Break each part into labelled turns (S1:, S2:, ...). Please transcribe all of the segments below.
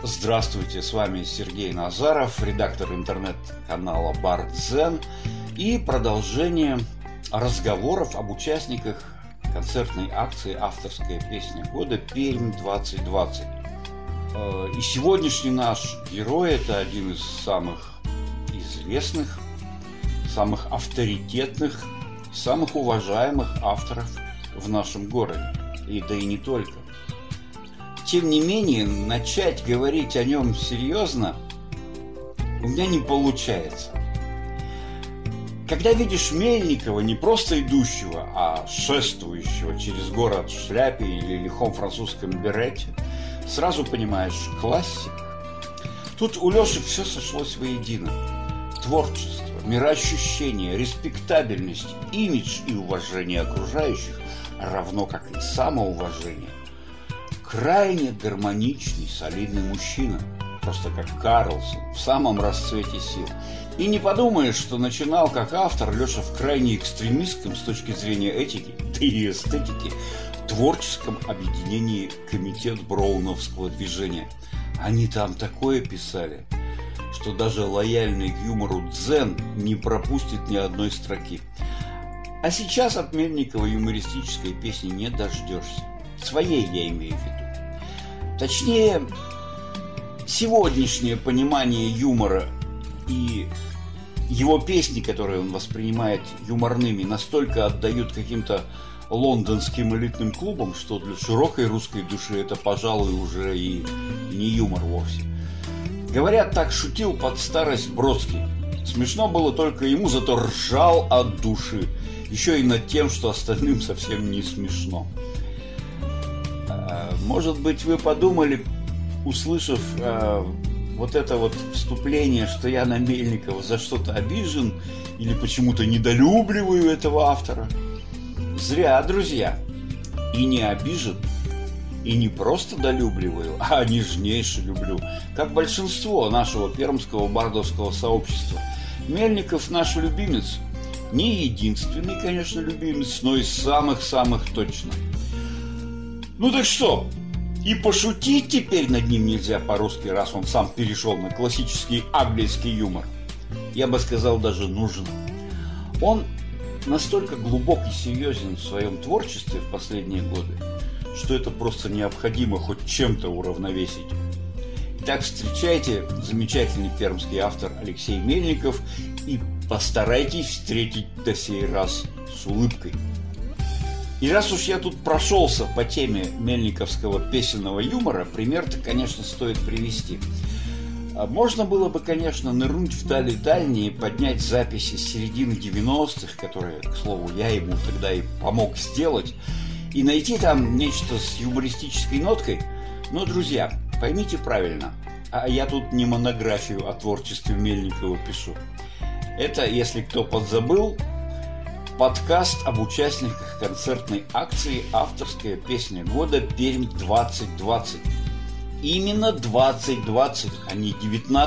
S1: Здравствуйте, с вами Сергей Назаров, редактор интернет-канала Бар-Дзен, и продолжение разговоров об участниках концертной акции «Авторская песня года Пермь-2020». И сегодняшний наш герой – это один из самых известных, самых авторитетных, самых уважаемых авторов в нашем городе, да и не только. Тем не менее, начать говорить о нем серьезно у меня не получается. Когда видишь Мельникова не просто идущего, а шествующего через город в шляпе или лихом французском берете, сразу понимаешь – классик. Тут у Лёши все сошлось воедино. Творчество, мироощущение, респектабельность, имидж и уважение окружающих, равно как и самоуважение. Крайне гармоничный, солидный мужчина, просто как Карлсон, в самом расцвете сил. И не подумаешь, что начинал как автор Леша в крайне экстремистском с точки зрения этики, да и эстетики, творческом объединении комитет Броуновского движения. Они там такое писали, что даже лояльный к юмору Дзен не пропустит ни одной строки. А сейчас от Мельникова юмористической песни не дождешься. Своей я имею в виду. Точнее, сегодняшнее понимание юмора и его песни, которые он воспринимает юморными, настолько отдают каким-то лондонским элитным клубам, что для широкой русской души это, пожалуй, уже и не юмор вовсе. Говорят, так шутил под старость Бродский. Смешно было только ему, зато ржал от души. Еще и над тем, что остальным совсем не смешно. Может быть, вы подумали, услышав вот это вот вступление, что я на Мельникова за что-то обижен или почему-то недолюбливаю этого автора. Зря, друзья. И не обижен, и не просто долюбливаю, а нежнейше люблю, как большинство нашего пермского бардовского сообщества. Мельников наш любимец. Не единственный, конечно, любимец, но из самых-самых точно. Ну так что, и пошутить теперь над ним нельзя по-русски, раз он сам перешел на классический английский юмор. Я бы сказал, даже нужно. Он настолько глубок и серьезен в своем творчестве в последние годы, что это просто необходимо хоть чем-то уравновесить. Итак, встречайте замечательный пермский автор Алексей Мельников и постарайтесь встретить до сей раз с улыбкой. И раз уж я тут прошелся по теме мельниковского песенного юмора, пример-то, конечно, стоит привести. Можно было бы, конечно, нырнуть в дали-дальние, поднять записи с середины 90-х, которые, к слову, я ему тогда и помог сделать, и найти там нечто с юмористической ноткой. Но, друзья, поймите правильно, а я тут не монографию о творчестве Мельникова пишу. Это, если кто подзабыл, подкаст об участниках концертной акции «Авторская песня года Пермь-2020». Именно 2020, а не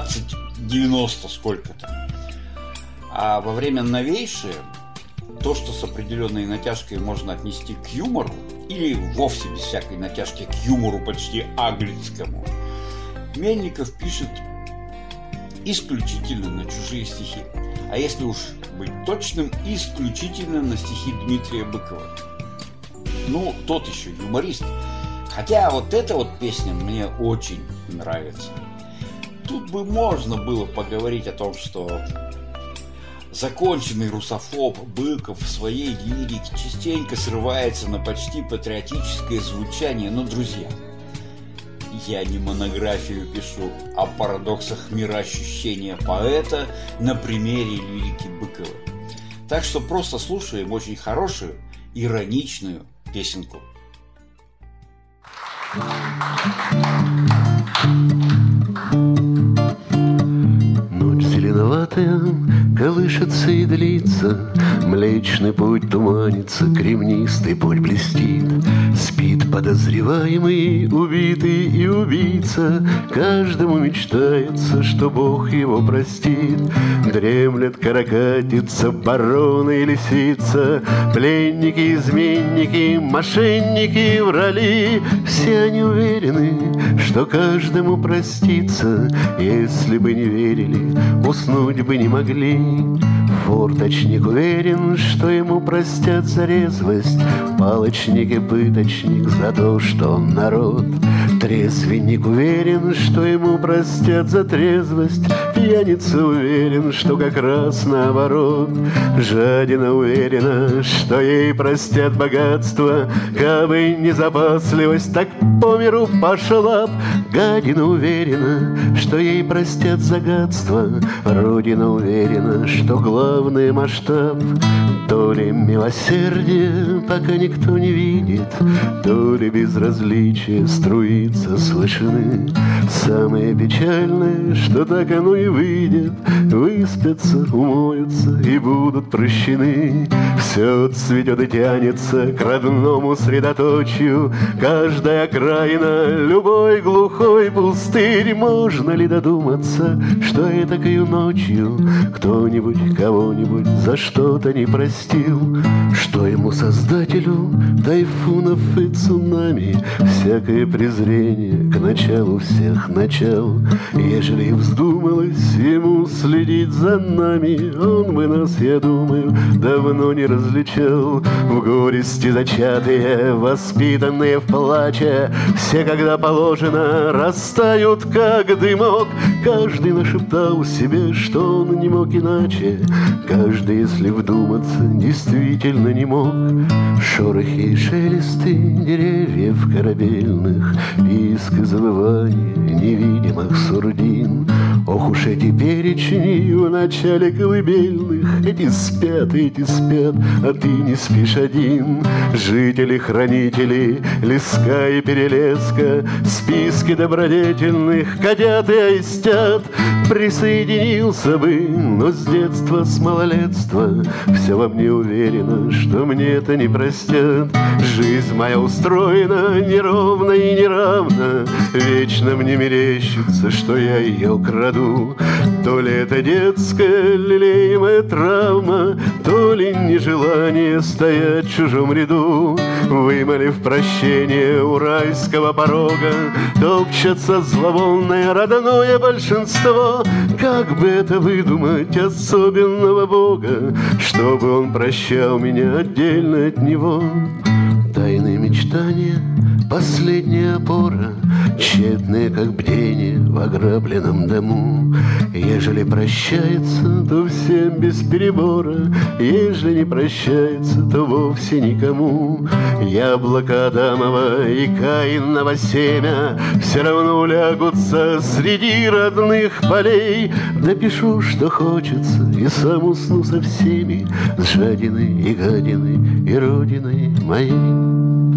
S1: 1990 сколько-то. А во время новейшее, то, что с определенной натяжкой можно отнести к юмору, или вовсе без всякой натяжки к юмору почти английскому, Мельников пишет исключительно на чужие стихи. А если уж быть точным, исключительно на стихи Дмитрия Быкова. Ну, тот еще юморист. Хотя вот эта вот песня мне очень нравится. Тут бы можно было поговорить о том, что законченный русофоб Быков в своей лирике частенько срывается на почти патриотическое звучание. Но, друзья, я не монографию пишу о парадоксах мироощущения поэта на примере лирики Быкова. Так что просто слушаем очень хорошую, ироничную песенку.
S2: Ночь зеленоватая колышется и длится, Млечный путь туманится, кремнистый путь блестит. Спит подозреваемый, убитый и убийца. Каждому мечтается, что Бог его простит. Дремлет каракатица, барон и лисица. Пленники, изменники, мошенники врали. Все они уверены, что каждому простится. Если бы не верили, уснуть бы не могли. Форточник уверен, что ему простят за резвость. Палочник и пыточник за то, что он народ. Трезвенник уверен, что ему простят за трезвость. Пьяница уверен, что как раз наоборот. Жадина уверена, что ей простят богатство. Кабы не запасливость, так по миру пошла б. Гадина уверена, что ей простят загадство. Родина уверена, что главный масштаб. То ли милосердие, пока никто не видит, то ли безразличие струится с вышины. Самое печальное, что так оно и выйдет. Выспятся, умоются и будут прощены. Все цветет и тянется к родному средоточию. Каждая окраина, любой глухой пустырь. Можно ли додуматься, что этакою ночью кто-нибудь кого-нибудь за что-то не простил? Что ему, создателю тайфунов и цунами, всякое презрение к началу всех начал. Ежели вздумалось ему следить за нами, он бы нас, я думаю, давно не различал. В горести зачатые, воспитанные в плаче, все, когда положено, растают, как дымок. Каждый нашептал себе, что он не мог иначе. Каждый, если вдуматься, действительно не мог. Шорохи и шелесты деревьев корабельных, писк и завывание невидимых сурдин. Ох уж эти перечни в начале колыбельных. Эти спят, а ты не спишь один. Жители-хранители леска и перелеска, списки добродетельных кадят и аистят. Присоединился бы, но с детства, с малолетства все во мне уверено, что мне это не простят. Жизнь моя устроена неровно и неравно. Вечно мне мерещится, что я ее краду. То ли это детская лелеемая травма, то ли нежелание стоять в чужом ряду. Вымолив прощение у райского порога, топчется зловонное родное большинство. Как бы это выдумать особенного Бога, чтобы он прощал меня отдельно от него? Тайные мечтания, последняя опора, тщетные, как бдение в ограбленном дому. Ежели прощается, то всем без перебора, ежели не прощается, то вовсе никому. Яблоко Адамова и Каинова семя все равно улягутся среди родных полей. Допишу, что хочется, и сам усну со всеми, с жадиной и гадиной и родиной моей.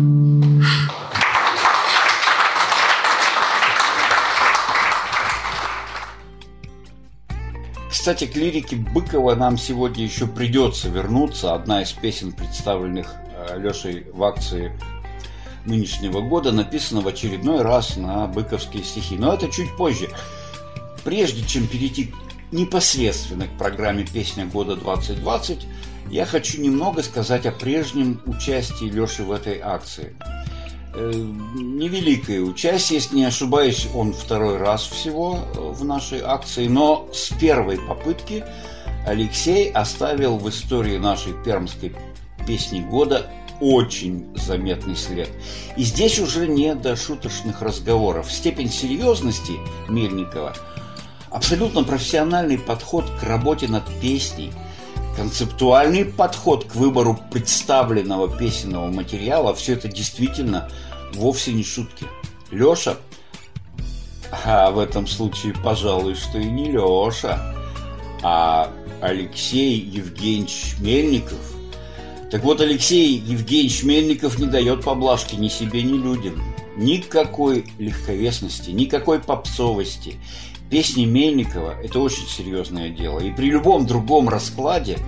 S1: Кстати, к лирике Быкова нам сегодня еще придется вернуться. Одна из песен, представленных Лешей в акции нынешнего года, написана в очередной раз на быковские стихи. Но это чуть позже. Прежде чем перейти непосредственно к программе «Песня года 2020», я хочу немного сказать о прежнем участии Леши в этой акции. Невеликое участие, если не ошибаюсь, он второй раз всего в нашей акции, но с первой попытки Алексей оставил в истории нашей пермской песни года очень заметный след. И здесь уже не до шуточных разговоров. Степень серьезности Мельникова, абсолютно профессиональный подход к работе над песней, концептуальный подход к выбору представленного песенного материала, все это действительно вовсе не шутки. Леша, а в этом случае, пожалуй, что и не Леша, а Алексей Евгеньевич Мельников. Так вот, Алексей Евгеньевич Мельников не дает поблажки ни себе, ни людям. Никакой легковесности, никакой попсовости. Песни Мельникова – это очень серьезное дело. И при любом другом раскладе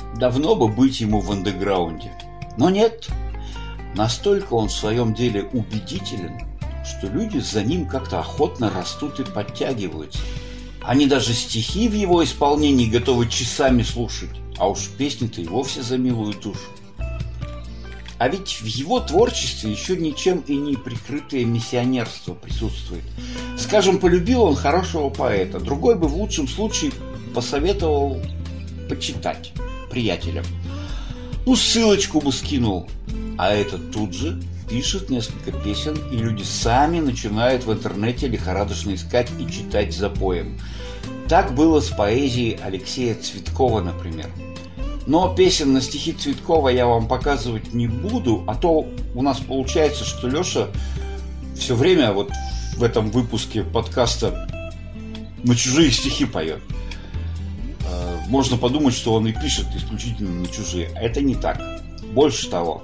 S1: Давно бы быть ему в андеграунде. Но нет, настолько он в своем деле убедителен, что люди за ним как-то охотно растут и подтягиваются. Они даже стихи в его исполнении готовы часами слушать, а уж песни-то и вовсе за милую душу. А ведь в его творчестве еще ничем и не прикрытое миссионерство присутствует. Скажем, полюбил он хорошего поэта, другой бы в лучшем случае посоветовал почитать приятелям. Ну, ссылочку бы скинул, а этот тут же пишет несколько песен, и люди сами начинают в интернете лихорадочно искать и читать запоем. Так было с поэзией Алексея Цветкова, например. Но песен на стихи Цветкова я вам показывать не буду, а то у нас получается, что Леша все время вот в этом выпуске подкаста на чужие стихи поет. Можно подумать, что он и пишет исключительно на чужие. А это не так. Больше того.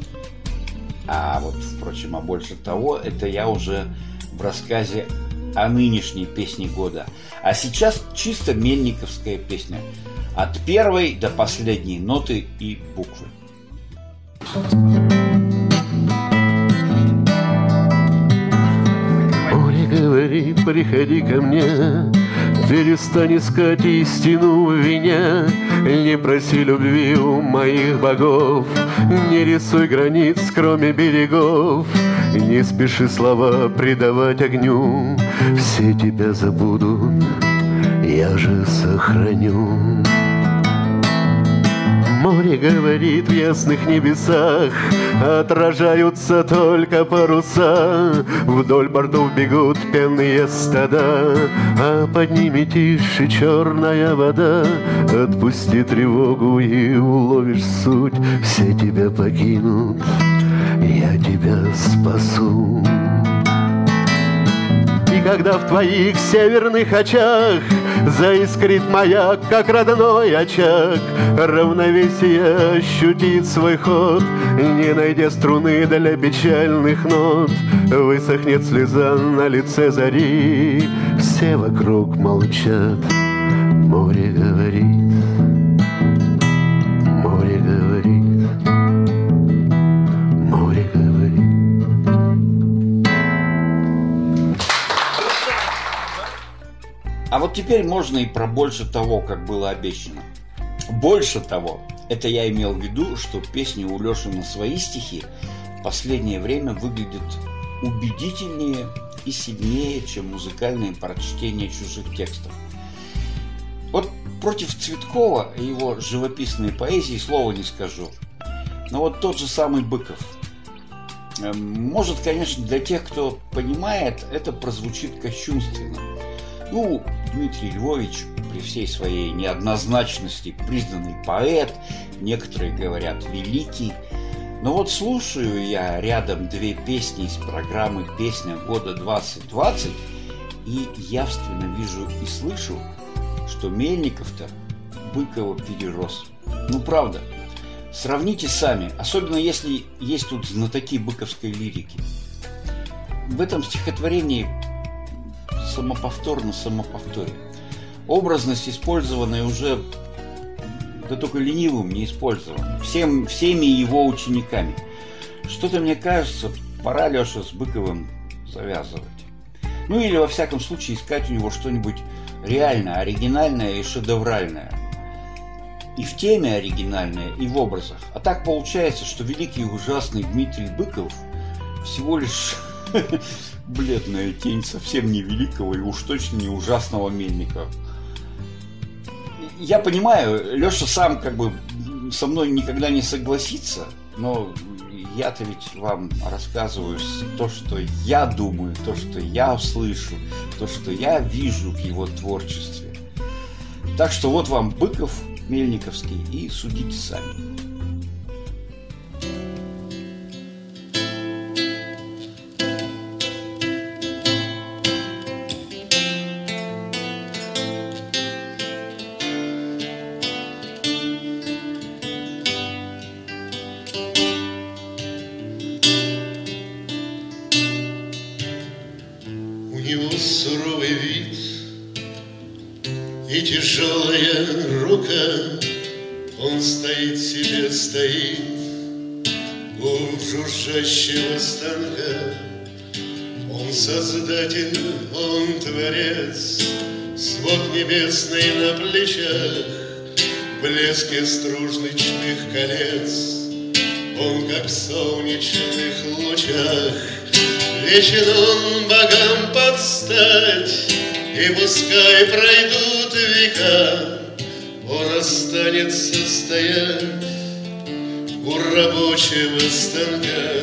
S1: Больше того, это я уже в рассказе о нынешней песне года. А сейчас чисто мельниковская песня. От первой до последней ноты и буквы.
S2: Море говорит, приходи ко мне, перестань искать истину в вине, не проси любви у моих богов, не рисуй границ, кроме берегов, не спеши слова предавать огню, все тебя забудут, я же сохраню. Море говорит, в ясных небесах отражаются только паруса, вдоль бортов бегут пенные стада, а под ними тише черная вода. Отпусти тревогу и уловишь суть, все тебя покинут, я тебя спасу. И когда в твоих северных очах заискрит маяк, как родной очаг, равновесие ощутит свой ход, не найдя струны для печальных нот, высохнет слеза на лице зари, все вокруг молчат. Море говорит, море говорит, море говорит.
S1: А вот теперь можно и про больше того, как было обещано. Больше того, это я имел в виду, что песни у Леши на свои стихи в последнее время выглядят убедительнее и сильнее, чем музыкальные прочтения чужих текстов. Вот против Цветкова и его живописной поэзии слова не скажу. Но вот тот же самый Быков. Может, конечно, для тех, кто понимает, это прозвучит кощунственно. Ну, Дмитрий Львович, при всей своей неоднозначности, признанный поэт, некоторые говорят великий. Но вот слушаю я рядом две песни из программы «Песня года 2020» и явственно вижу и слышу, что Мельников-то Быкова перерос. Ну, правда. Сравните сами, особенно если есть тут знатоки быковской лирики. В этом стихотворении самоповтор на самоповторе. Образность, использованная уже, да только ленивым не использована, всеми его учениками. Что-то, мне кажется, пора Леше с Быковым завязывать. Ну или, во всяком случае, искать у него что-нибудь реально оригинальное и шедевральное. И в теме оригинальное, и в образах. А так получается, что великий и ужасный Дмитрий Быков всего лишь бледная тень совсем не великого и уж точно не ужасного Мельникова. Я понимаю, Леша сам как бы со мной никогда не согласится, но я-то ведь вам рассказываю то, что я думаю, то, что я слышу, то, что я вижу в его творчестве. Так что вот вам Быков мельниковский и судите сами.
S2: Суровый вид и тяжелая рука, он стоит себе, стоит у жужжащего станка. Он создатель, он творец, свод небесный на плечах, в блеске стружничных колец. Он, как в солнечных лучах, вечен он богам подстать, и пускай пройдут века, он останется стоять у рабочего станка.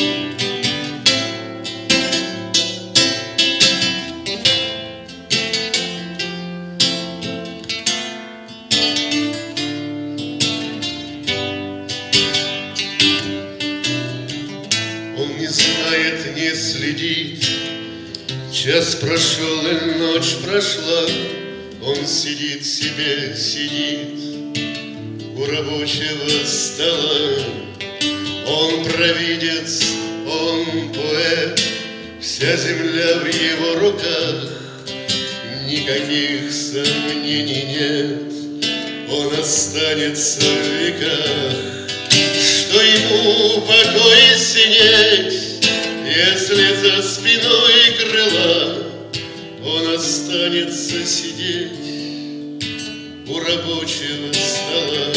S2: Он не знает, не следит, час прошел и ночь прошла, он сидит себе, сидит у рабочего стола. Он провидец, он поэт, вся земля в его руках, никаких сомнений нет, он останется в веках. Что ему покой сидеть, если за спиной крыла он останется сидеть у рабочего стола.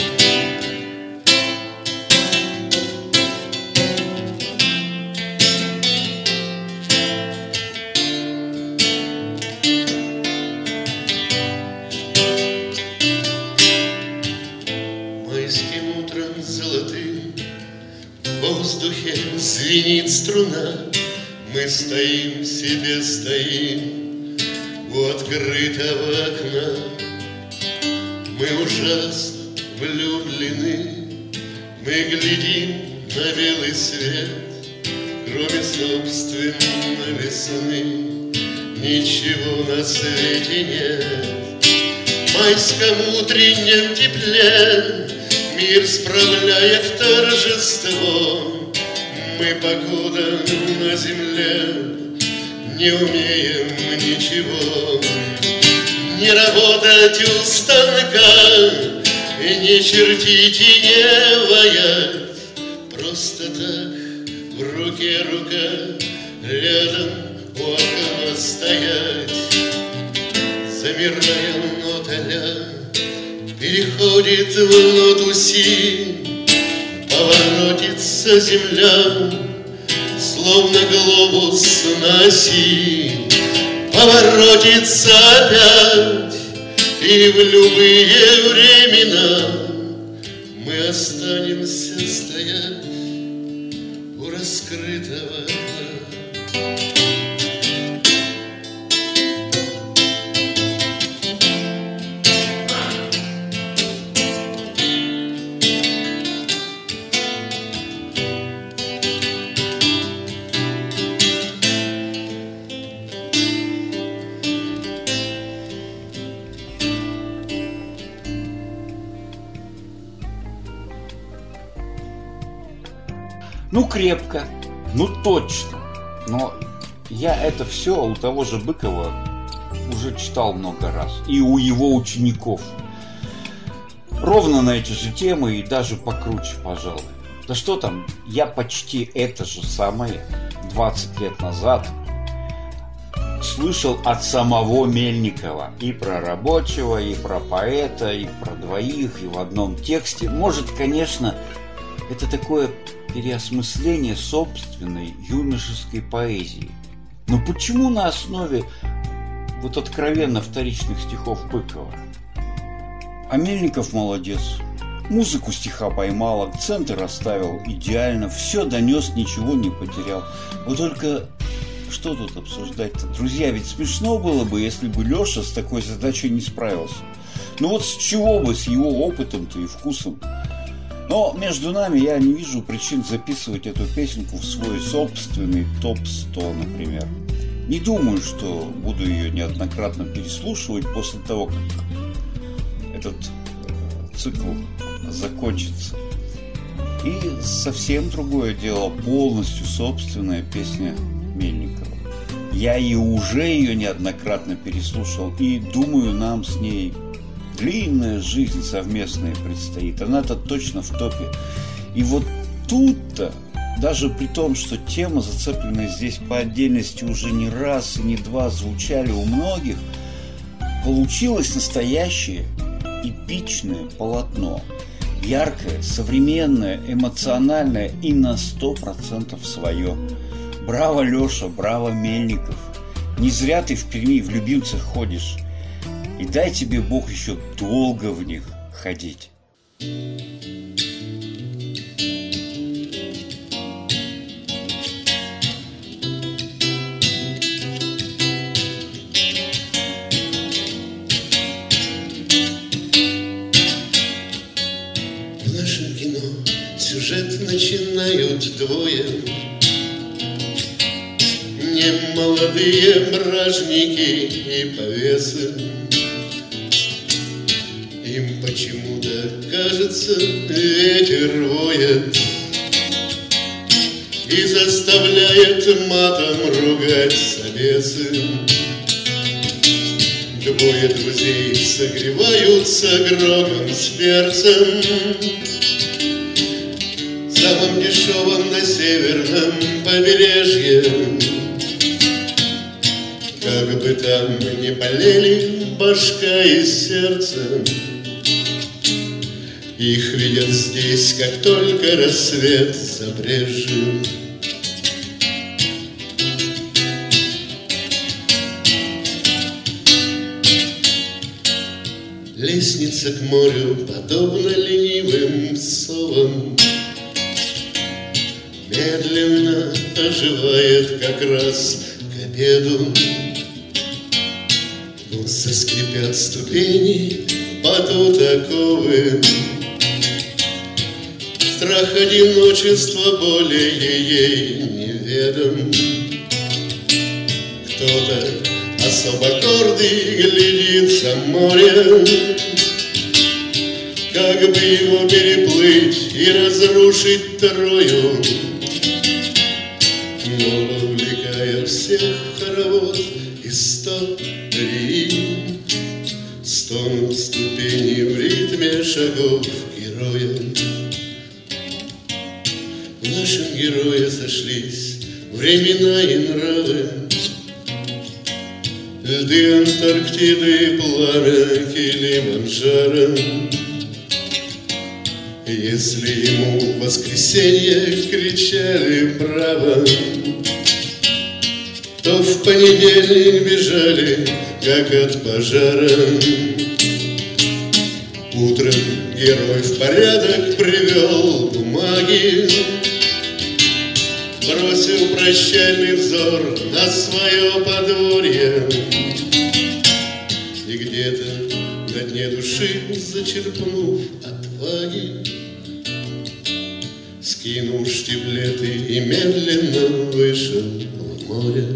S2: Майским утром золотым в воздухе звенит струна. Мы стоим себе, стоим у открытого окна. Мы ужасно влюблены, мы глядим на белый свет. Кроме собственной весны ничего на свете нет. В майском утреннем тепле мир справляет торжество. Мы, покуда на земле, не умеем ничего. Не работать у станка, не чертить и не ваять, просто так в руке рука, рядом у окна стоять. Замирая нота ля, переходит в ноту си, поворотится земля, словно глобус на оси. Поворотится опять, и в любые времена мы останемся стоять у раскрытого окна.
S1: Ну, крепко, ну, точно. Но я это все у того же Быкова уже читал много раз. И у его учеников. Ровно на эти же темы и даже покруче, пожалуй. Да что там, я почти это же самое 20 лет назад слышал от самого Мельникова. И про рабочего, и про поэта, и про двоих, и в одном тексте. Может, конечно, это такое переосмысление собственной юношеской поэзии. Но почему на основе вот откровенно вторичных стихов Быкова? А Мельников молодец. Музыку стиха поймал, акценты расставил идеально, все донес, ничего не потерял. Вот только что тут обсуждать-то? Друзья, ведь смешно было бы, если бы Леша с такой задачей не справился. Ну вот с чего бы, с его опытом-то и вкусом? Но между нами я не вижу причин записывать эту песенку в свой собственный топ-100, например. Не думаю, что буду ее неоднократно переслушивать после того, как этот цикл закончится. И совсем другое дело, полностью собственная песня Мельникова. Я и уже ее неоднократно переслушал, и думаю, нам с ней длинная жизнь совместная предстоит. Она-то точно в топе. И вот тут-то, даже при том, что темы, зацепленные здесь по отдельности, уже не раз и не два звучали у многих, получилось настоящее эпичное полотно. Яркое, современное, эмоциональное и на 100% свое. Браво, Леша, браво, Мельников. Не зря ты в Перми в любимцах ходишь. И дай тебе Бог еще долго в них ходить.
S2: В нашем кино сюжет начинают двое. Немолодые бражники и повесы. Им почему-то кажется, ветер воет и заставляет матом ругать собесы. Двое друзей согреваются грогом с перцем, самым дешевым на северном побережье. Как бы там ни болели башка и сердце, их видят здесь, как только рассвет забрежет. Лестница к морю подобна ленивым совам, медленно оживает как раз к обеду. Но заскрипят ступени, падут оковы. Страх одиночества более ей неведом. Кто-то особо гордый глядит за море, как бы его переплыть и разрушить Трою. Но вовлекая всех в хоровод истории, стонут ступени в ритме шагов героя. В нашем герое сошлись времена и нравы, льды Антарктиды и пламя Килиманджаро. Если ему в воскресенье кричали «Браво!», то в понедельник бежали, как от пожара. Утром герой в порядок привел бумаги, бросил прощальный взор на свое подворье и где-то на дне души, зачерпнув отваги, скинул штиблеты и медленно вышел в море.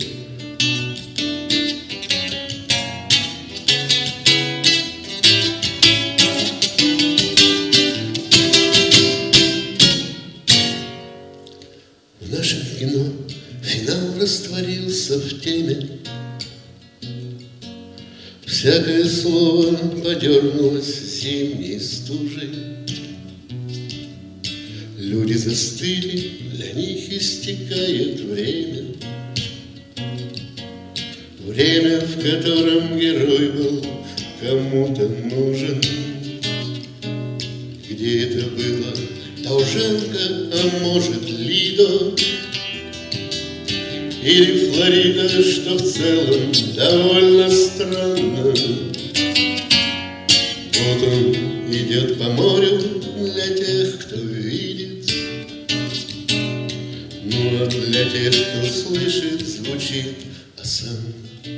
S2: В нашем кино финал растворился в теме. Всякое слово подернулось зимней стужей. Люди застыли, для них истекает время. Время, в котором герой был кому-то нужен. Где это было? Долженко, а может Лидо или Флорида, что в целом довольно странно. Вот он идет по морю для тех, кто видит, ну а для тех, кто слышит, звучит, а сам